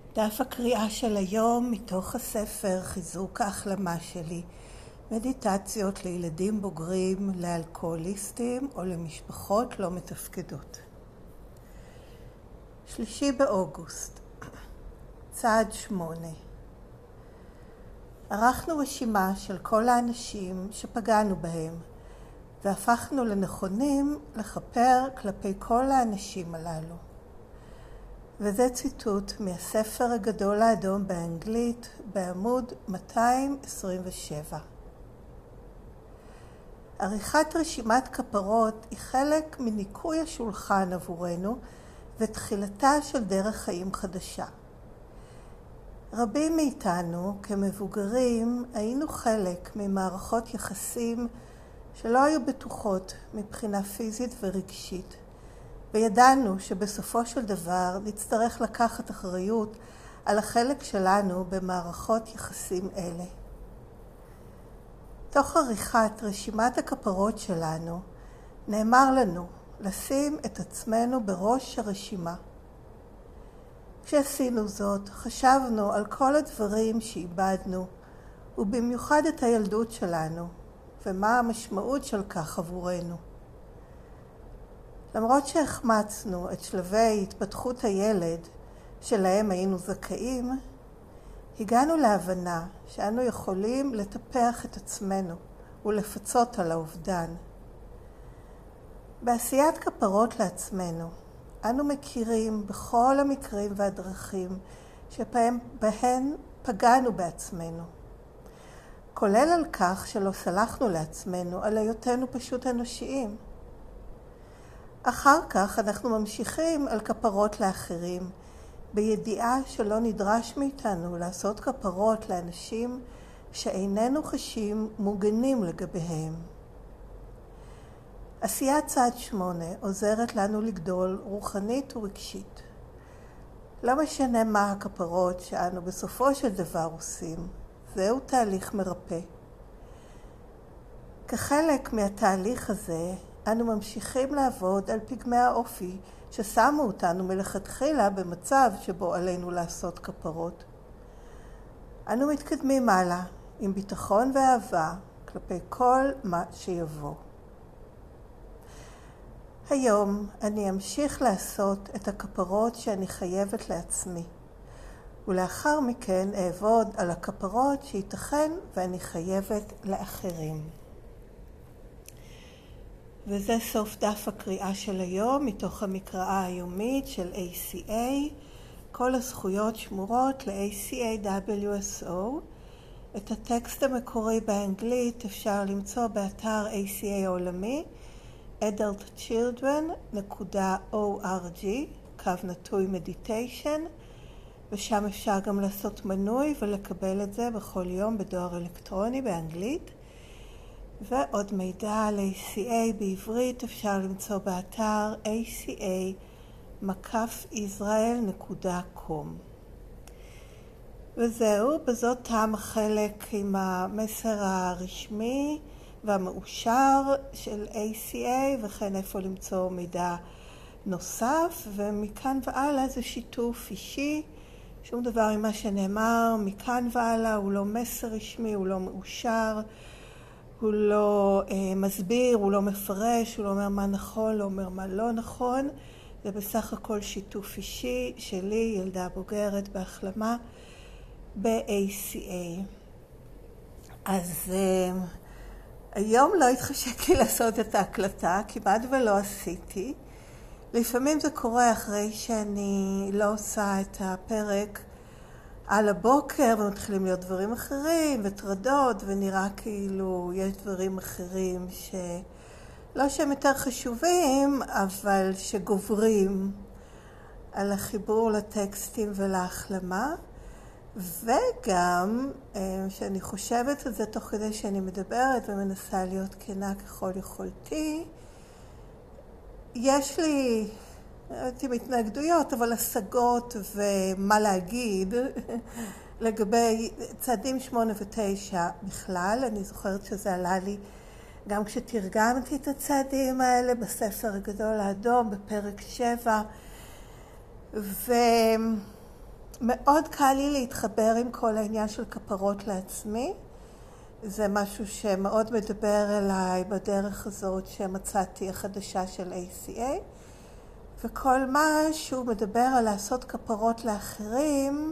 דף הקריאה של היום מתוך הספר חיזוק ההחלמה שלי, מדיטציות לילדים בוגרים, לאלכוהוליסטים או למשפחות לא מתפקדות. 3 באוגוסט, צעד 8. ערכנו רשימה של כל האנשים שפגענו בהם, והפכנו לנכונים לכפר כלפי כל האנשים הללו. וזה ציטוט מהספר הגדול האדום באנגלית בעמוד 227. עריכת רשימת כפרות היא חלק מניקוי השולחן עבורנו ותחילתה של דרך חיים חדשה. רבים מאיתנו כמבוגרים היינו חלק ממערכות יחסים שלא היו בטוחות מבחינה פיזית ורגשית, וידענו שבסופו של דבר נצטרך לקחת אחריות על החלק שלנו במערכות יחסים אלה. תוך עריכת רשימת הכפרות שלנו, נאמר לנו לשים את עצמנו בראש הרשימה. כשעשינו זאת, חשבנו על כל הדברים שאיבדנו, ובמיוחד את הילדות שלנו, ומה המשמעות של כך עבורנו. למרות שהחמצנו את שלבי התפתחות הילד שלהם היינו זכאים, הגענו להבנה שאנו יכולים לטפח את עצמנו ולפצות על האובדן. בעשיית כפרות לעצמנו, אנו מכירים בכל המקרים והדרכים שבהם פגענו בעצמנו, כולל על כך שלא סלחנו לעצמנו על היותנו פשוט אנושיים. אחר כך אנחנו ממשיכים על כפרות לאחרים, בידיעה שלא נדרש מאיתנו לעשות כפרות לאנשים שאיננו חשים מוגנים לגביהם. עשיית צעד 8 עוזרת לנו לגדול רוחנית ורגשית. לא משנה מה הכפרות שאנו בסופו של דבר עושים, זהו תהליך מרפא. כחלק מהתהליך הזה, אנו ממשיכים לעבוד על פגמי האופי ששמו אותנו מלכתחילה במצב שבו עלינו לעשות כפרות. אנו מתקדמים הלאה עם ביטחון ואהבה כלפי כל מה שיבוא. היום אני אמשיך לעשות את הכפרות שאני חייבת לעצמי, ולאחר מכן אעבוד על הכפרות שייתכן ואני חייבת לאחרים. וזה סוף דף הקריאה של היום מתוך המקראה היומית של ACA. כל הזכויות שמורות ל-ACA WSO. את הטקסט המקורי באנגלית אפשר למצוא באתר ACA העולמי adultchildren.org/meditation, ושם אפשר גם לעשות מנוי ולקבל את זה בכל יום בדואר אלקטרוני באנגלית. ועוד מידע על ACA בעברית אפשר למצוא באתר aca-israel.com. וזהו, בזאת תם החלק עם המסר הרשמי והמאושר של ACA, וכן איפה למצוא מידע נוסף, ומכאן והלאה זה שיתוף אישי. שום דבר ממה שנאמר מכאן והלאה הוא לא מסר רשמי, הוא לא מאושר, הוא לא מסביר, הוא לא מפרש, הוא לא אומר מה נכון, לא אומר מה לא נכון. זה בסך הכל שיתוף אישי שלי, ילדה בוגרת בהחלמה ב-ACA. אז היום לא התחשק לי לעשות את ההקלטה, כמעט ולא עשיתי. לפעמים זה קורה אחרי שאני לא עושה את הפרק על הבוקר, ומתחילים להיות דברים אחרים וטרדות, ונראה כאילו יש דברים אחרים שלא שהם יותר חשובים, אבל שגוברים על החיבור לטקסטים ולהחלמה. וגם שאני חושבת על זה תוך כדי שאני מדברת ומנסה להיות כנה ככל יכולתי, יש לי התנגדויות, אבל השגות ומה להגיד לגבי צעדים 8 ו-9 בכלל. אני זוכרת שזה עלה לי גם כשתרגמתי את הצעדים האלה בספר הגדול האדום בפרק 7, מאוד קל לי להתחבר עם כל העניין של כפרות לעצמי. זה משהו שמאוד מדבר אליי בדרך הזאת שמצאתי החדשה של ACA. וכל מה שהוא מדבר על לעשות כפרות לאחרים,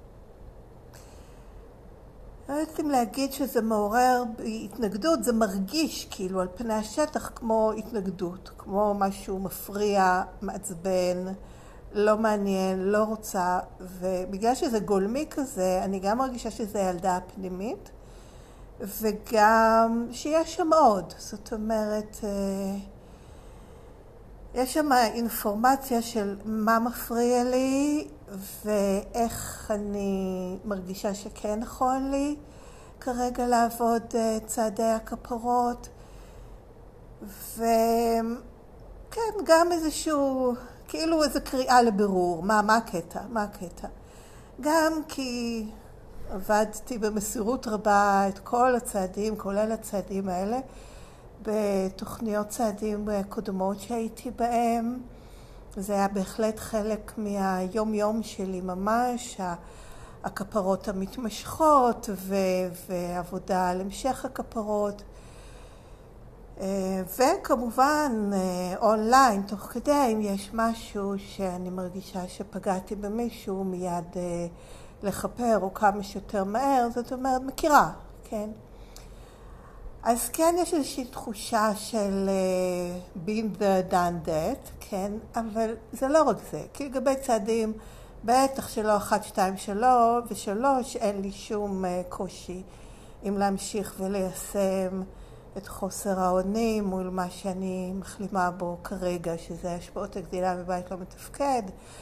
לא יודעת אם להגיד שזה מעורר התנגדות, זה מרגיש כאילו על פני השטח כמו התנגדות, כמו משהו מפריע, מעצבן, לא מעניין, לא רוצה, ובגלל שזה גולמי כזה, אני גם מרגישה שזה ילדה הפנימית, וגם שיש שם עוד, זאת אומרת, יש שם אינפורמציה של מה מפריע לי ואיך אני מרגישה שכן נכון לי כרגע לעבוד צעדי הכפרות. וכן, גם איזשהו, כאילו איזו קריאה לבירור, מה הקטע. גם כי עבדתי במסירות רבה את כל הצעדים, כולל הצעדים האלה, בתוכניות צעדים קודמות שהייתי בהם. זה היה בהחלט חלק מהיום שלי ממש, הכפרות המתמשכות ועבודה על המשך הכפרות. וכמובן אונליין, תוך כדי, אם יש משהו שאני מרגישה שפגעתי במישהו, מיד לחפר או כמה שיותר מהר, זאת אומרת מכירה, כן? אז כן, יש איזושהי תחושה של being the done that, כן? אבל זה לא רק זה. כי לגבי צעדים, בטח שלא 1, 2, 3, אין לי שום קושי אם להמשיך וליישם את חוסר האונים מול מה שאני מחלימה בו כרגע, שזה השפעות הגדילה בבית לא מתפקד.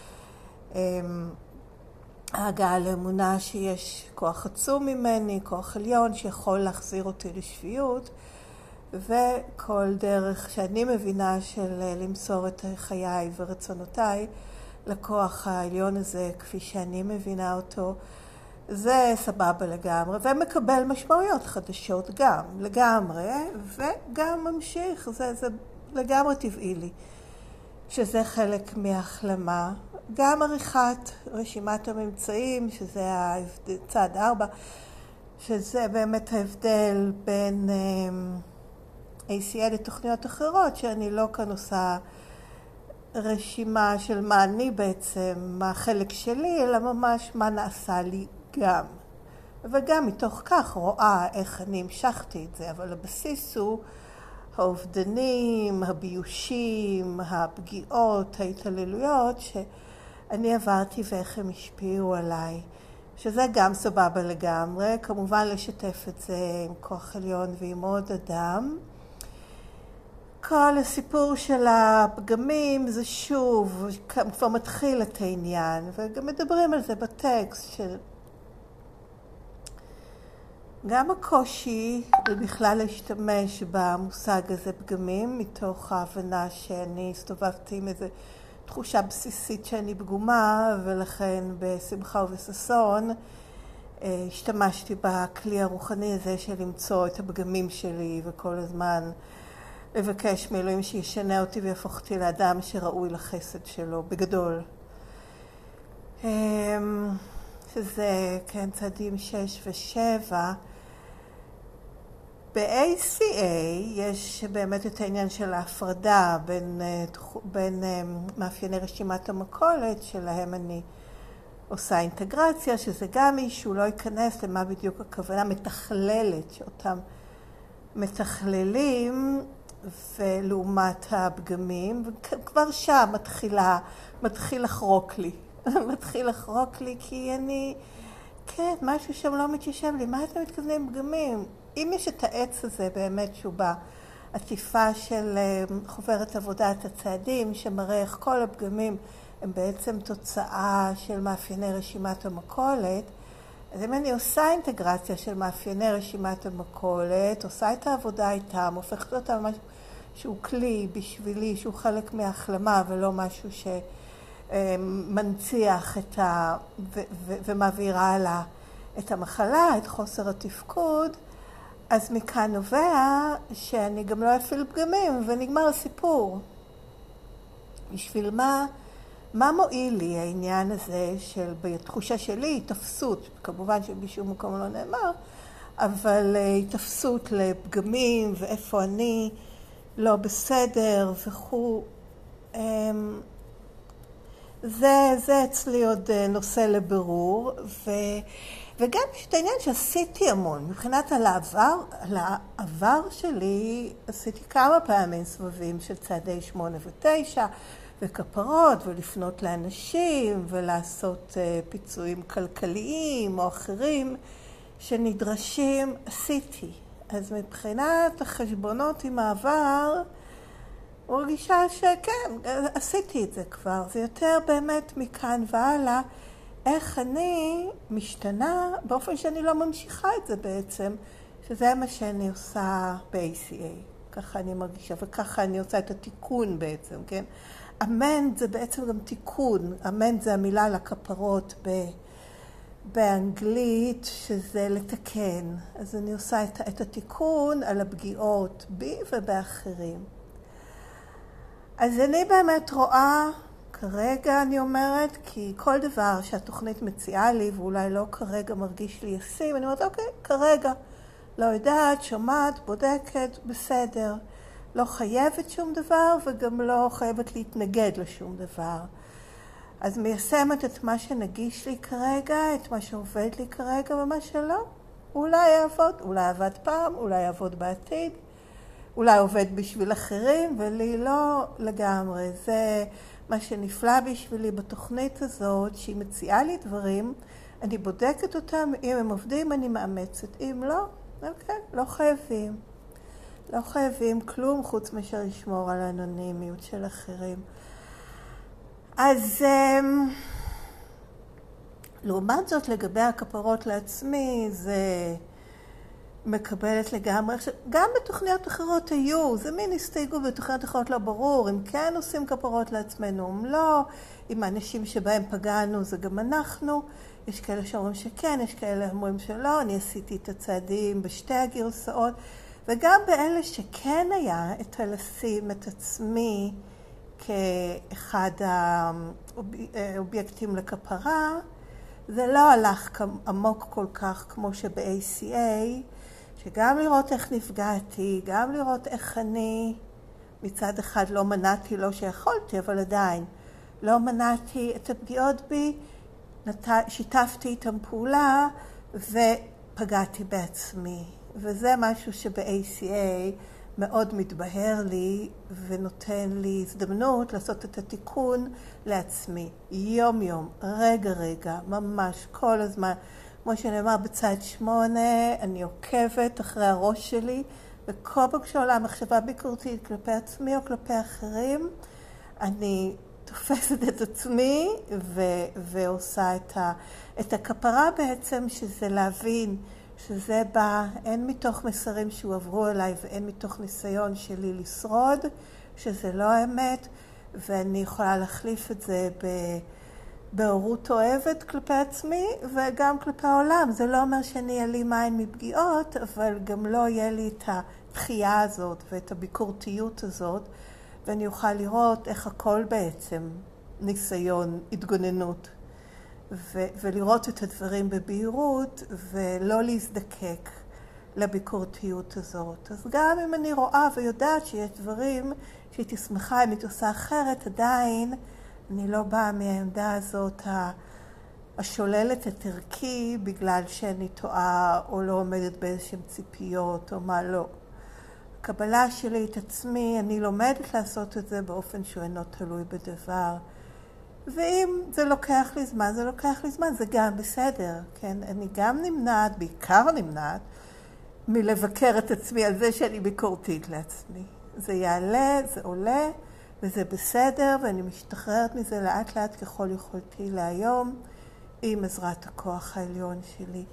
ההגעה לאמונה שיש כוח עצום ממני, כוח עליון שיכול להחזיר אותי לשפיות, וכל דרך שאני מבינה של למסור את חיי ורצונותיי לכוח העליון הזה כפי שאני מבינה אותו, זה סבבה לגמרי, ומקבל משמעויות חדשות גם, לגמרי, וגם ממשיך, זה לגמרי טבעי לי, שזה חלק מהחלמה. גם עריכת רשימת הממצאים, שזה צעד 4, שזה באמת ההבדל בין ACA לתוכניות אחרות, שאני לא כאן עושה רשימה של מה אני בעצם, מה החלק שלי, אלא ממש מה נעשה לי גם. וגם מתוך כך רואה איך אני המשכתי את זה, אבל הבסיס הוא האובדנים, הביושים, הפגיעות, ההתעללויות שאני עברתי ואיך הם השפיעו עליי. שזה גם סבבה לגמרי, כמובן לשתף את זה עם כוח עליון ועם עוד אדם. כל הסיפור של הפגמים זה שוב, כבר מתחיל את העניין, וגם מדברים על זה בטקסט של גם הקושי בכלל להשתמש במושג הזה פגמים, מתוך ההבנה שאני הסתובבתי עם איזו תחושה בסיסית שאני פגומה, ולכן בשמחה ובששון השתמשתי בכלי הרוחני הזה של למצוא את הפגמים שלי, וכל הזמן לבקש מאלוהים שישנה אותי ויהפוך אותי לאדם שראוי לחסד שלו, בגדול. שזה, כן, צעדים 6 ו7. ב-ACA יש באמת את העניין של ההפרדה בין מאפייני רשימת המכולת, שלהם אני עושה אינטגרציה, שזה גם מישהו לא ייכנס למה בדיוק הכוונה, מתכללת, שאותם מתכללים, ולעומת הפגמים, וכבר שם מתחיל לחרוק לי. מתחיל לחרוק לי כי אני, כן, משהו שם לא מתיישב לי. מה אתם מתכוונים פגמים? אם יש את העץ הזה באמת שהוא בעטיפה של חוברת עבודת הצעדים, שמראה איך כל הפגמים הם בעצם תוצאה של מאפייני רשימת המכולת, אז אם אני עושה אינטגרציה של מאפייני רשימת המכולת, עושה את העבודה איתם, הופכת אותה משהו שהוא כלי בשבילי, שהוא חלק מההחלמה ולא משהו שמנציח ומעבירה לה את המחלה, את חוסר התפקוד, אז מכאן נובע שאני גם לא אפעיל פגמים ונגמר הסיפור. בשביל מה מה מועיל לי העניין הזה של, בתחושה שלי, התאפסות, כמובן שבשום מקום לא נאמר, אבל התאפסות לפגמים ואיפה אני לא בסדר וכו'. זה אצלי עוד נושא לבירור, וגם יש את העניין שעשיתי המון. מבחינת על העבר שלי, עשיתי כמה פעמים סבבים של צעדי 8 ו-9, וכפרות, ולפנות לאנשים, ולעשות פיצויים כלכליים או אחרים שנדרשים, עשיתי. אז מבחינת החשבונות עם העבר, הוא הרגישה שכן, עשיתי את זה כבר. זה יותר באמת מכאן והלאה, איך אני משתנה באופן שאני לא ממשיכה את זה בעצם, שזה מה שאני עושה ב-ACA. ככה אני מרגישה, וככה אני עושה את התיקון בעצם, כן? אמנד זה בעצם גם תיקון. אמנד זה המילה לכפרות באנגלית, שזה לתקן. אז אני עושה את התיקון על הפגיעות בי ובאחרים. אז אני באמת רואה, כרגע אני אומרת, כי כל דבר שהתוכנית מציעה לי, ואולי לא כרגע מרגיש לי ישים, אני אומרת, אוקיי, כרגע. לא יודעת, שומעת, בודקת, בסדר. לא חייבת שום דבר, וגם לא חייבת להתנגד לשום דבר. אז מיישמת את מה שנגיש לי כרגע, את מה שעובד לי כרגע ומה שלא. אולי יעבוד, אולי עבד פעם, אולי יעבוד בעתיד. אולי עובד בשביל אחרים, ולי לא לגמרי. זה מה שנפלא בשבילי בתוכנית הזאת, שהיא מציעה לי דברים, אני בודקת אותם, אם הם עובדים אני מאמצת, אם לא, אוקיי, לא חייבים. לא חייבים כלום חוץ מאשר לשמור על האנונימיות של אחרים. אז לעומת זאת, לגבי הכפרות לעצמי, זה מקבלת לגמרי. גם בתוכניות אחרות היו, זה מין הסתייגות, בתוכניות אחרות לא ברור, אם כן עושים כפרות לעצמנו, אם לא, אם האנשים שבהם פגענו זה גם אנחנו. יש כאלה שאומרים שכן, יש כאלה שאומרים שלא, אני עשיתי את הצעדים בשתי הגרסאות, וגם באלה שכן היה את לשים את עצמי כאחד האובייקטים לכפרה, זה לא הלך עמוק כל כך כמו שב-ACA, שגם לראות איך נפגעתי, גם לראות איך אני מצד אחד לא מנעתי, לא שיכולתי, אבל עדיין לא מנעתי את הפגיעות בי, שיתפתי איתם פעולה ופגעתי בעצמי. וזה משהו שב-ACA מאוד מתבהר לי ונותן לי הזדמנות לעשות את התיקון לעצמי. יום יום, רגע רגע, ממש כל הזמן. כמו שנאמר בצד 8, אני עוקבת אחרי הראש שלי, וכל פעם כשעולה מחשבה ביקורתית כלפי עצמי או כלפי אחרים, אני תופסת את עצמי ועושה את הכפרה בעצם, שזה להבין שזה בא הן מתוך מסרים שהועברו אליי והן מתוך ניסיון שלי לשרוד, שזה לא האמת, ואני יכולה להחליף את זה בהורות אוהבת כלפי עצמי וגם כלפי העולם. זה לא אומר שאני אעלים עין מפגיעות, אבל גם לא יהיה לי את התחייה הזאת ואת הביקורתיות הזאת, ואני אוכל לראות איך הכל בעצם ניסיון, התגוננות, ולראות את הדברים בבהירות ולא להזדקק לביקורתיות הזאת. אז גם אם אני רואה ויודעת שיש דברים שהייתי שמחה אם הייתי עושה אחרת, עדיין אני לא באה מהעמדה הזאת השוללת את ערכי בגלל שאני טועה או לא עומדת באיזשהם ציפיות או מה לא. הקבלה שלי את עצמי, אני לומדת לעשות את זה באופן שהוא אינו תלוי בדבר. ואם זה לוקח לי זמן, זה לוקח לי זמן, זה גם בסדר, כן? אני גם נמנעת, בעיקר נמנעת, מלבקר את עצמי על זה שאני ביקורתית לעצמי. זה יעלה, זה עולה, וזה בסדר, ואני משתחררת מזה לאט לאט ככל יכולתי להיום, עם עזרת הכוח העליון שלי.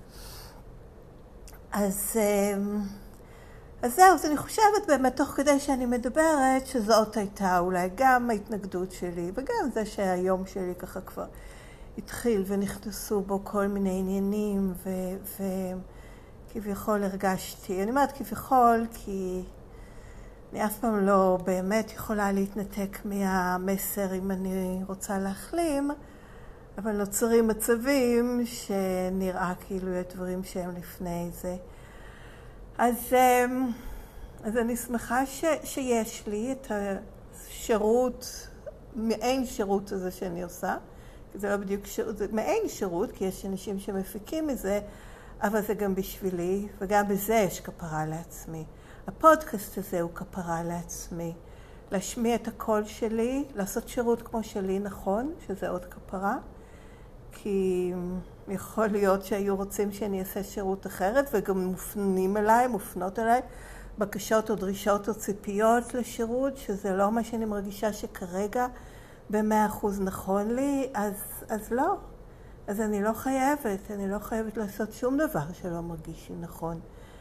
אז זהו, אז אני חושבת באמת תוך כדי שאני מדברת שזאת הייתה אולי גם ההתנגדות שלי, וגם זה שהיום שלי ככה כבר התחיל ונכנסו בו כל מיני עניינים, וכביכול הרגשתי, אני אומרת כביכול כי אני אף פעם לא באמת יכולה להתנתק מהמסר אם אני רוצה להחלים, אבל נוצרים מצבים שנראה כאילו יש דברים שהם לפני זה. אז אני שמחה שיש לי את השירות, מעין שירות הזה שאני עושה, כי זה לא בדיוק שירות, זה מעין שירות, כי יש אנשים שמפיקים מזה, אבל זה גם בשבילי, וגם בזה יש כפרה לעצמי. הפודקאסט הזה הוא כפרה לעצמי. להשמיע את הקול שלי, לעשות שירות כמו שלי נכון, שזה עוד כפרה, כי יכול להיות שהיו רוצים שאני אעשה שירות אחרת, וגם מופנים אליי, מופנות אליי, בקשות או דרישות או ציפיות לשירות, שזה לא מה שאני מרגישה שכרגע ב100% נכון לי, אז לא. אז אני לא חייבת לעשות שום דבר שלא מרגיש לי נכון.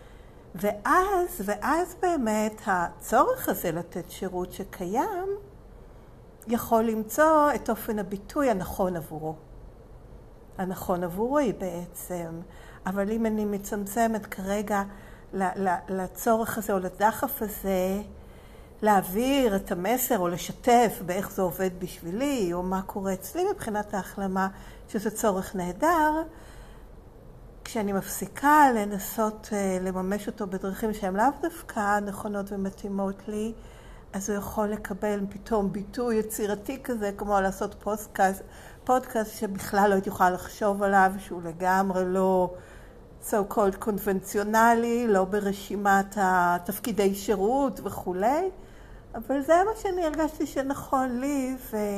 ואז באמת הצורך הזה לתת שירות שקיים, יכול למצוא את אופן הביטוי הנכון עבורו. הנכון עבורי בעצם. אבל אם אני מצמצמת כרגע לצורך הזה או לדחף הזה, להעביר את המסר או לשתף באיך זה עובד בשבילי, או מה קורה אצלי מבחינת ההחלמה, שזה צורך נהדר, כשאני מפסיקה לנסות לממש אותו בדרכים שהן לאו דווקא נכונות ומתאימות לי, אז הוא יכול לקבל פתאום ביטוי יצירתי כזה, כמו לעשות פודקאסט שבכלל לא הייתי יכולה לחשוב עליו, שהוא לגמרי לא so called קונבנציונלי, לא ברשימת התפקידי שירות וכו'. אבל זה מה שאני הרגשתי שנכון לי,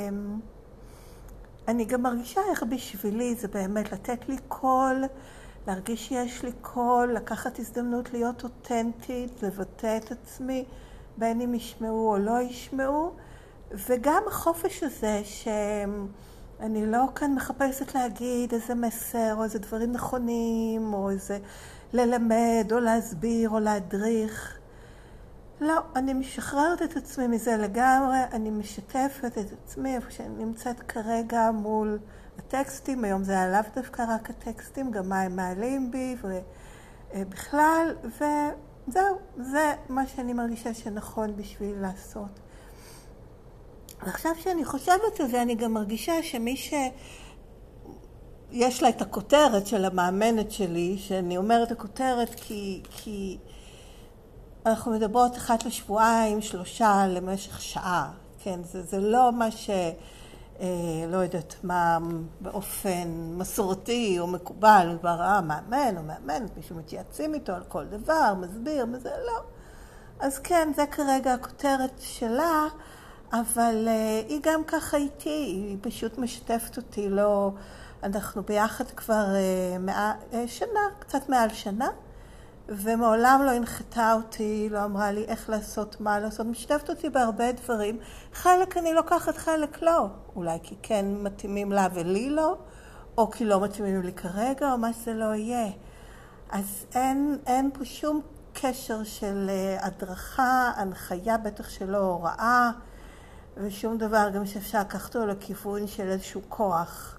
ואני גם מרגישה איך בשבילי זה באמת לתת לי קול, להרגיש שיש לי קול, לקחת הזדמנות להיות אותנטית, לבטא את עצמי, בין אם ישמעו או לא ישמעו, וגם החופש הזה שאני לא כאן מחפשת להגיד איזה מסר או איזה דברים נכונים, או איזה ללמד או להסביר או להדריך. לא, אני משחררת את עצמי מזה לגמרי, אני משתפת את עצמי איפה שאני נמצאת כרגע מול הטקסטים, היום זה היה לאו דווקא רק הטקסטים, גם מה הם מעלים בי ובכלל, וזהו, זה מה שאני מרגישה שנכון בשביל לעשות. ועכשיו שאני חושבת על זה, אני גם מרגישה שמי שיש לה את הכותרת של המאמנת שלי, שאני אומרת הכותרת כי אנחנו מדברות אחת לשבועיים, 3 למשך שעה. כן, זה לא מה לא יודעת מה באופן מסורתי או מקובל, כבר מאמן או מאמנת, מישהו מתייעצים איתו על כל דבר, מסביר, זה לא. אז כן, זה כרגע הכותרת שלה, אבל היא גם ככה איתי, היא פשוט משתפת אותי, לא, אנחנו ביחד כבר שנה, קצת מעל שנה, ומעולם לא הנחתה אותי, לא אמרה לי איך לעשות, מה לעשות, משתפת אותי בהרבה דברים. חלק אני לוקחת, חלק לא. אולי כי כן מתאימים לה ולי לא, או כי לא מתאימים לי כרגע, או מה שזה לא יהיה. אז אין פה שום קשר של הדרכה, הנחיה, בטח שלא הוראה, ושום דבר גם שאפשר לקחת לו לכיוון של איזשהו כוח.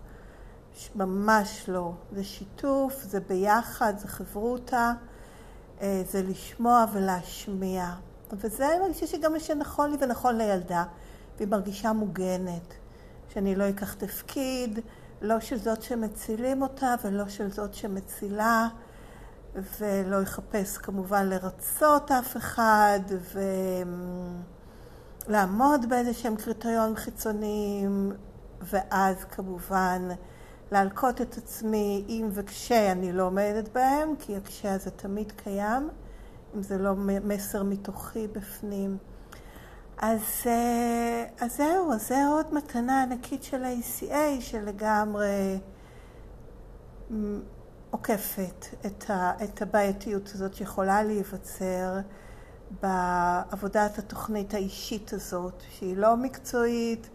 ממש לא. זה שיתוף, זה ביחד, זה חברותה. זה לשמוע ולהשמיע. וזה אני מרגישה שגם מה שנכון לי ונכון לילדה, והיא מרגישה מוגנת, שאני לא אקח תפקיד, לא של זאת שמצילים אותה ולא של זאת שמצילה, ולא יחפש כמובן לרצות אף אחד, ולעמוד באיזה שהם קריטריונים חיצוניים, ואז כמובן להלקות את עצמי אם וכשאני לא עומדת בהם, כי הכשה הזה תמיד קיים, אם זה לא מסר מתוכי בפנים. אז זהו, אז זה עוד מתנה ענקית של ה-ACA, שלגמרי עוקפת את הבעייתיות הזאת שיכולה להיווצר בעבודת התוכנית האישית הזאת, שהיא לא מקצועית,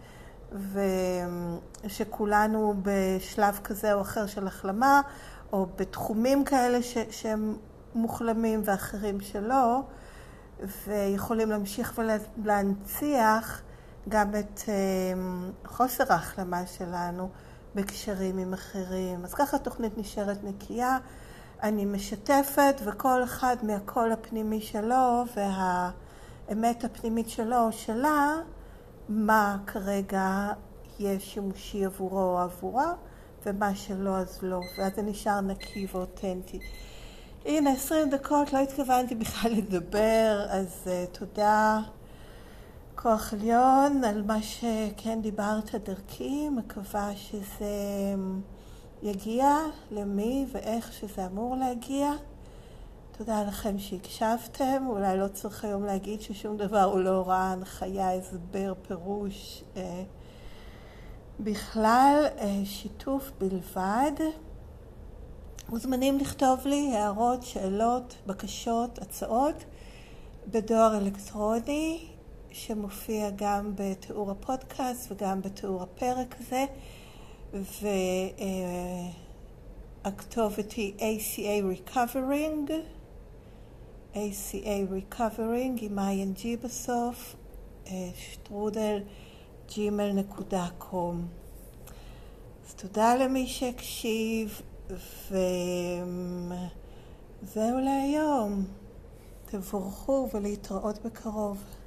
ושכולנו בשלב כזה או אחר של החלמה, או בתחומים כאלה שהם מוחלמים ואחרים שלא, ויכולים להמשיך ולהנציח גם את חוסר ההחלמה שלנו בקשרים עם אחרים. אז ככה התוכנית נשארת נקייה, אני משתפת, וכל אחד מהקול הפנימי שלו האמת הפנימית שלו או שלה, מה כרגע יהיה שימושי עבורו או עבורה, ומה שלא אז לא, ואז זה נשאר נקי ואותנטי. הנה 20 דקות, לא התכוונתי בכלל לדבר, אז תודה כוח עליון על מה שכן דיברת דרכי, מקווה שזה יגיע למי ואיך שזה אמור להגיע. תודה לכם שהקשבתם, אולי לא צריך היום להגיד ששום דבר הוא לא הוראה, הנחיה, הסבר, פירוש, בכלל שיתוף בלבד. מוזמנים לכתוב לי הערות, שאלות, בקשות, הצעות בדואר אלקטרוני שמופיע גם בתיאור הפודקאסט וגם בתיאור הפרק הזה, והכתובת היא ACA Recovering עם ING בסוף, @gmail.com. אז תודה למי שהקשיב, וזהו להיום. תבורכו ולהתראות בקרוב.